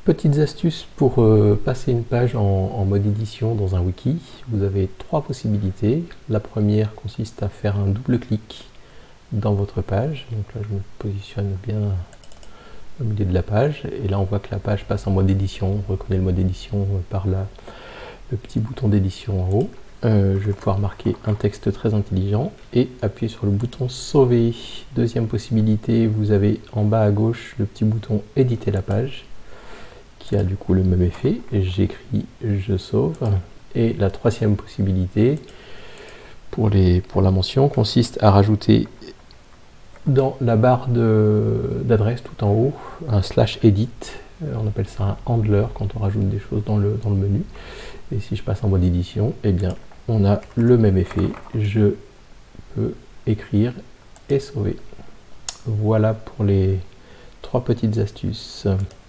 Petites astuces pour passer une page en mode édition dans un wiki. Vous avez trois possibilités. La première consiste à faire un double clic dans votre page. Donc là, je me positionne bien au milieu de la page. Et là, on voit que la page passe en mode édition. On reconnaît le mode édition par là, le petit bouton d'édition en haut. Je vais pouvoir marquer un texte très intelligent et appuyer sur le bouton sauver. Deuxième possibilité, vous avez en bas à gauche le petit bouton éditer la page qui a du coup le même effet. J'écris je sauve. Et la troisième possibilité pour la mention consiste à rajouter dans la barre d'adresse tout en haut un /edit. On appelle ça un handler quand on rajoute des choses dans le menu. Et si je passe en mode édition, eh bien on a le même effet. Je peux écrire et sauver. Voilà pour les trois petites astuces.